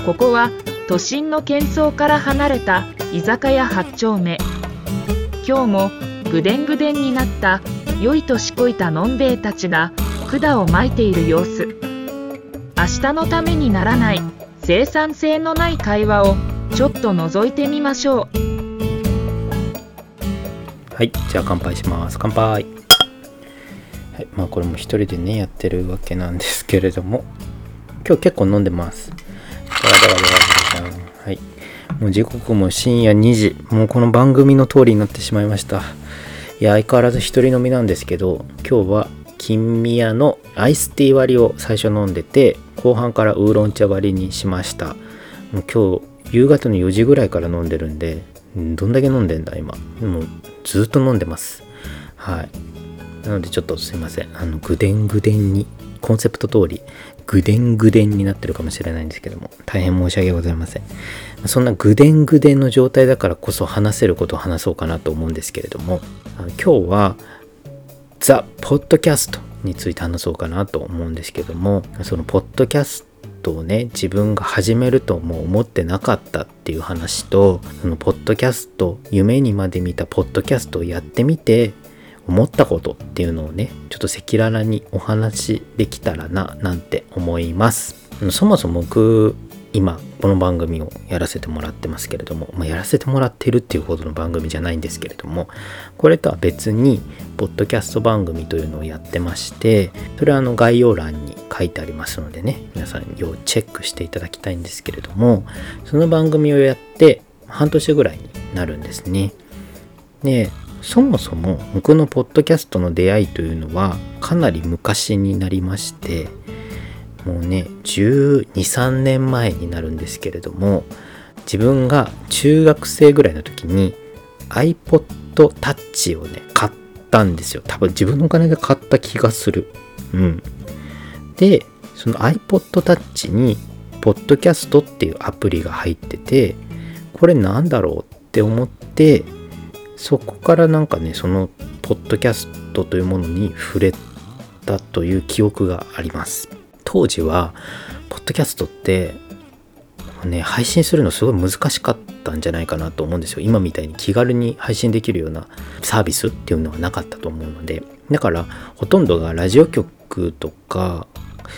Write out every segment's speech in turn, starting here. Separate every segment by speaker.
Speaker 1: ここは都心の喧騒から離れた居酒屋8丁目。今日もぐでんぐでんになった酔いとしこいたのんべえたちが管を巻いている様子。明日のためにならない生産性のない会話をちょっと覗いてみましょう。
Speaker 2: はい、じゃあ乾杯します。乾杯。はい、これも一人でねやってるわけなんですけれども、今日結構飲んでます。はい、もう時刻も深夜2時、もうこの番組の通りになってしまいました。いや、相変わらず一人飲みなんですけど、今日は金宮のアイスティー割りを最初飲んでて、後半からウーロン茶割りにしました。もう今日夕方の4時ぐらいから飲んでるんで、どんだけ飲んでんだ今。もうずっと飲んでます。はい。なのでちょっとすいません。ぐでんぐでんに、コンセプト通りぐでんぐでんになってるかもしれないんですけども、大変申し訳ございません。そんなぐでんぐでんの状態だからこそ話せることを話そうかなと思うんですけれども、今日はザ・ポッドキャストについて話そうかなと思うんですけども、そのポッドキャストをね、自分が始めるとも思ってなかったっていう話と、そのポッドキャスト、夢にまで見たポッドキャストをやってみて思ったことっていうのをね、ちょっと赤裸々にお話できたらななんて思います。そもそも僕今この番組をやらせてもらってますけれども、やらせてもらってるっていうほどの番組じゃないんですけれども、これとは別にポッドキャスト番組というのをやってまして、それは概要欄に書いてありますのでね、皆さん要チェックしていただきたいんですけれども、その番組をやって半年ぐらいになるんですね。で、そもそも僕のポッドキャストの出会いというのはかなり昔になりまして、もうね12、13年前になるんですけれども、自分が中学生ぐらいの時に iPod Touch をね買ったんですよ。多分自分のお金で買った気がする。で、その iPod Touch にポッドキャストっていうアプリが入ってて、これなんだろうって思って、そこからなんかね、そのポッドキャストというものに触れたという記憶があります。当時はポッドキャストってね、配信するのすごい難しかったんじゃないかなと思うんですよ。今みたいに気軽に配信できるようなサービスっていうのはなかったと思うので、だからほとんどがラジオ局とか、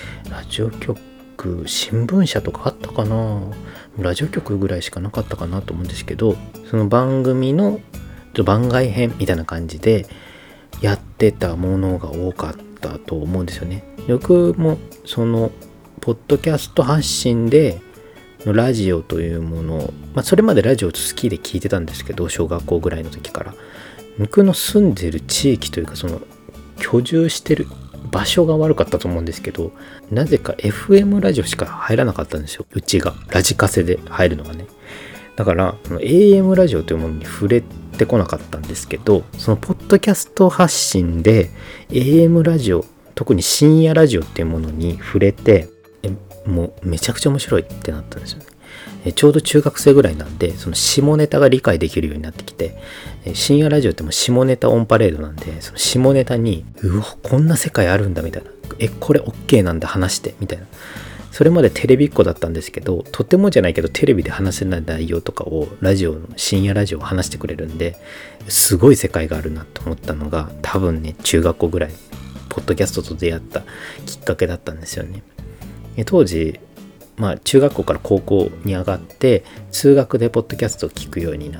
Speaker 2: 新聞社とかあったかな、ラジオ局ぐらいしかなかったかなと思うんですけど、その番組の番外編みたいな感じでやってたものが多かったと思うんですよね。僕もそのポッドキャスト発信でラジオというものを、それまでラジオ好きで聞いてたんですけど、小学校ぐらいの時から。僕の住んでる地域というか、その居住してる場所が悪かったと思うんですけど、なぜか FM ラジオしか入らなかったんですよ。うちがラジカセで入るのがね。だから AM ラジオというものに触れてこなかったんですけど、そのポッドキャスト発信で AM ラジオ、特に深夜ラジオっていうものに触れて、もうめちゃくちゃ面白いってなったんですよね。ちょうど中学生ぐらいなんで、その下ネタが理解できるようになってきて、深夜ラジオってもう下ネタオンパレードなんで、その下ネタにこんな世界あるんだみたいな、これ OK なんだ話してみたいな。それまでテレビっ子だったんですけど、とてもじゃないけどテレビで話せない内容とかを深夜ラジオを話してくれるんで、すごい世界があるなと思ったのが、多分ね中学校ぐらいポッドキャストと出会ったきっかけだったんですよね。当時中学校から高校に上がって通学でポッドキャストを聞くようになって、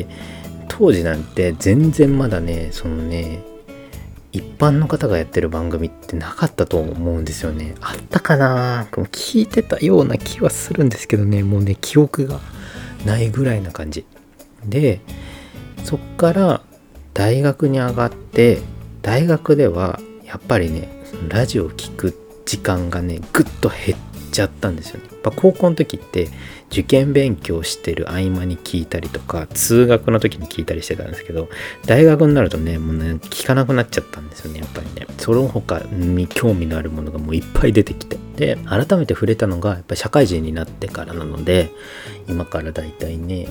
Speaker 2: 当時なんて全然まだね、そのね一般の方がやってる番組ってなかったと思うんですよね。あったかな、聞いてたような気はするんですけどね、もうね記憶がないぐらいな感じで、そっから大学に上がって、大学ではやっぱりねラジオを聞く時間がねぐっと減っちゃったんですよね。高校の時って受験勉強してる合間に聞いたりとか、通学の時に聞いたりしてたんですけど、大学になるとねもうね聞かなくなっちゃったんですよね。やっぱりねその他に興味のあるものがもういっぱい出てきて、で改めて触れたのがやっぱり社会人になってからなので、今からだいたいね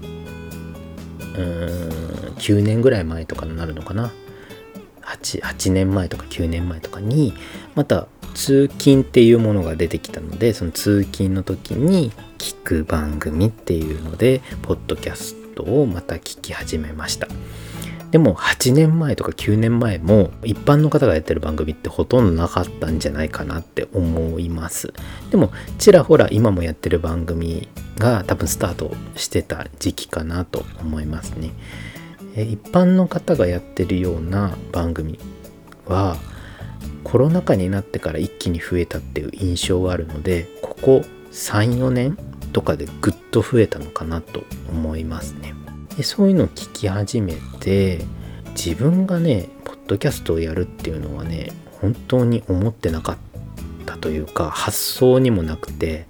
Speaker 2: 9年ぐらい前とかになるのかな、8年前とか9年前とかにまた通勤っていうものが出てきたので、その通勤の時に聞く番組っていうのでポッドキャストをまた聞き始めました。でも8年前とか9年前も一般の方がやってる番組ってほとんどなかったんじゃないかなって思います。でもちらほら今もやってる番組が多分スタートしてた時期かなと思いますね。一般の方がやってるような番組はコロナ禍になってから一気に増えたっていう印象があるので、ここ 3,4 年とかでぐっと増えたのかなと思いますね。でそういうのを聞き始めて、自分がねポッドキャストをやるっていうのはね本当に思ってなかったというか、発想にもなくて、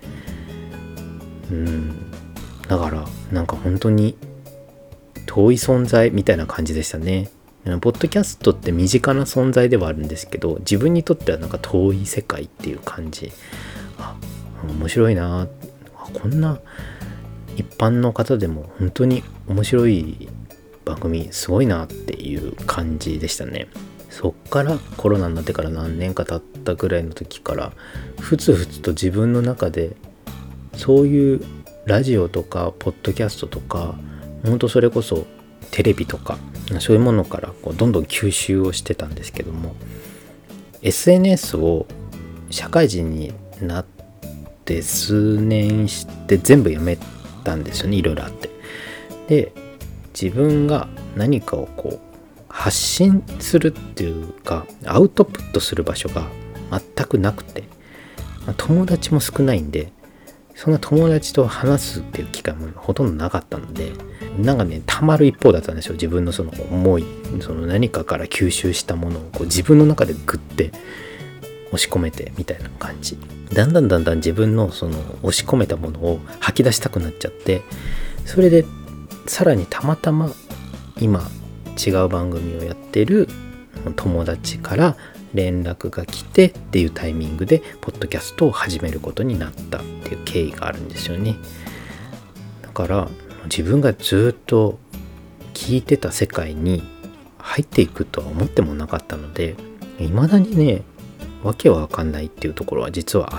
Speaker 2: だからなんか本当に遠い存在みたいな感じでしたね。ポッドキャストって身近な存在ではあるんですけど、自分にとってはなんか遠い世界っていう感じ。面白いな、こんな一般の方でも本当に面白い番組すごいなっていう感じでしたね。そっからコロナになってから何年か経ったぐらいの時からふつふつと自分の中でそういうラジオとかポッドキャストとか、本当それこそテレビとかそういうものからこうどんどん吸収をしてたんですけども、 SNS を社会人になって数年して全部やめたんですよね。いろいろあって、で自分が何かをこう発信するっていうかアウトプットする場所が全くなくて、友達も少ないんで、そんな友達と話すっていう機会もほとんどなかったので、なんかね溜まる一方だったんですよ。自分のその思い、その何かから吸収したものをこう自分の中でグッて押し込めてみたいな感じ。だんだん自分のその押し込めたものを吐き出したくなっちゃって、それでさらにたまたま今違う番組をやってる友達から連絡が来てっていうタイミングでポッドキャストを始めることになったっていう経緯があるんですよね。だから自分がずっと聞いてた世界に入っていくとは思ってもなかったので、未だにねわけはわかんないっていうところは実はあって、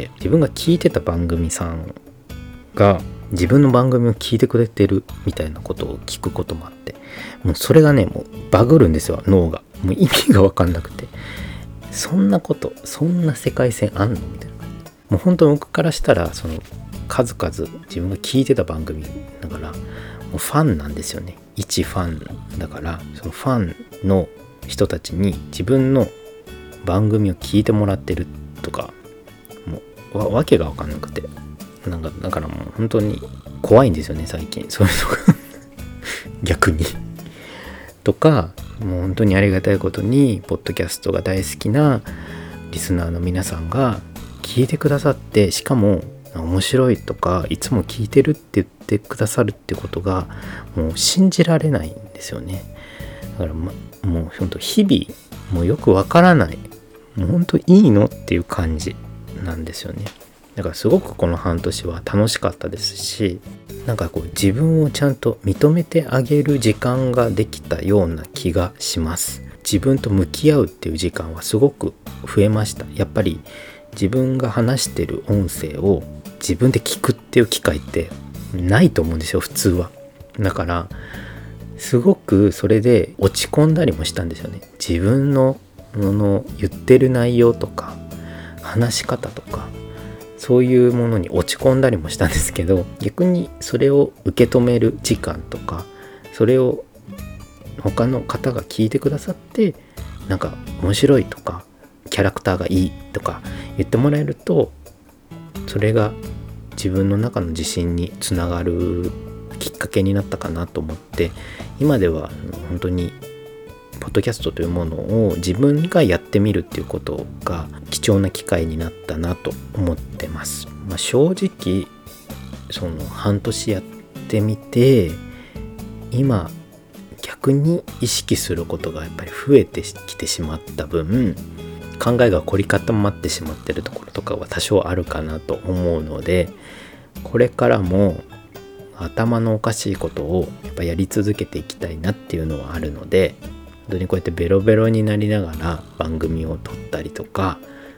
Speaker 2: 自分が聞いてた番組さんが自分の番組を聞いてくれてるみたいなことを聞くこともあって、もうそれがねもうバグるんですよ、脳が。もう意味がわかんなくて、そんなことそんな世界線あんのみたいな。もう本当僕からしたらその数々自分が聞いてた番組だからもうファンなんですよね。一ファンだから、そのファンの人たちに自分の番組を聞いてもらってるとか、もうわけが分かんなくて、だからもう本当に怖いんですよね最近、そういうのが逆にとか、もう本当にありがたいことにポッドキャストが大好きなリスナーの皆さんが聞いてくださって、しかも面白いとかいつも聞いてるって言ってくださるってことがもう信じられないんですよね。だから、もう本当日々もうよくわからない、もう本当いいのっていう感じなんですよね。だからすごくこの半年は楽しかったですし、なんかこう自分をちゃんと認めてあげる時間ができたような気がします。自分と向き合うっていう時間はすごく増えました。やっぱり自分が話してる音声を自分で聞くっていう機会ってないと思うんですよ普通は。だからすごくそれで落ち込んだりもしたんですよね。自分の言ってる内容とか話し方とかそういうものに落ち込んだりもしたんですけど、逆にそれを受け止める時間とか、それを他の方が聞いてくださって、なんか面白いとかキャラクターがいいとか言ってもらえると、それが自分の中の自信につながるきっかけになったかなと思って、今では本当にポッドキャストというものを自分がやってみるっていうことが貴重な機会になったなと思ってます。正直その半年やってみて、今逆に意識することがやっぱり増えてきてしまった分、考えが凝り固まってしまってるところとかは多少あるかなと思うので、これからも頭のおかしいことをやっぱやり続けていきたいなっていうのはあるので、本当にこうやってベロベロになりながら番組を撮ったりとか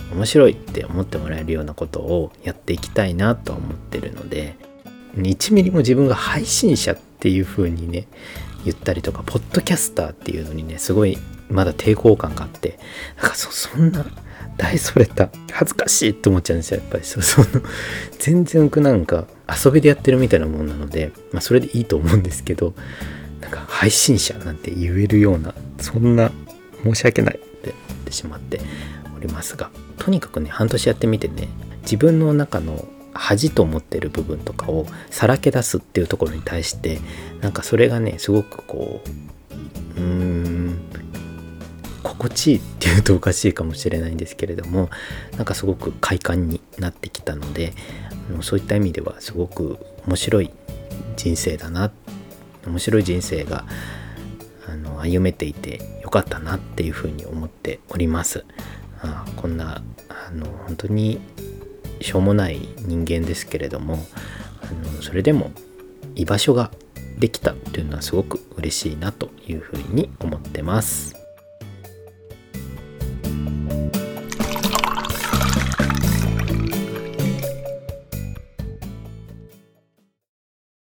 Speaker 2: 面白いって思ってもらえるようなことをやっていきたいなとは思ってるので、1ミリも自分が配信者っていう風にね言ったりとか、ポッドキャスターっていうのにねすごいまだ抵抗感があって、なんかそんな大それた恥ずかしいって思っちゃうんですよ。やっぱり全然僕なんか遊びでやってるみたいなもんなので、それでいいと思うんですけど、なんか配信者なんて言えるような、そんな申し訳ないって思ってしまっておりますが、とにかくね半年やってみてね、自分の中の恥と思ってる部分とかをさらけ出すっていうところに対して、なんかそれがねすごく心地いいっていうとおかしいかもしれないんですけれども、なんかすごく快感になってきたので、そういった意味ではすごく面白い人生だな、面白い人生が歩めていてよかったなっていうふうに思っております。こんな本当にしょうもない人間ですけれども、それでも居場所ができたっていうのはすごく嬉しいなというふうに思ってます。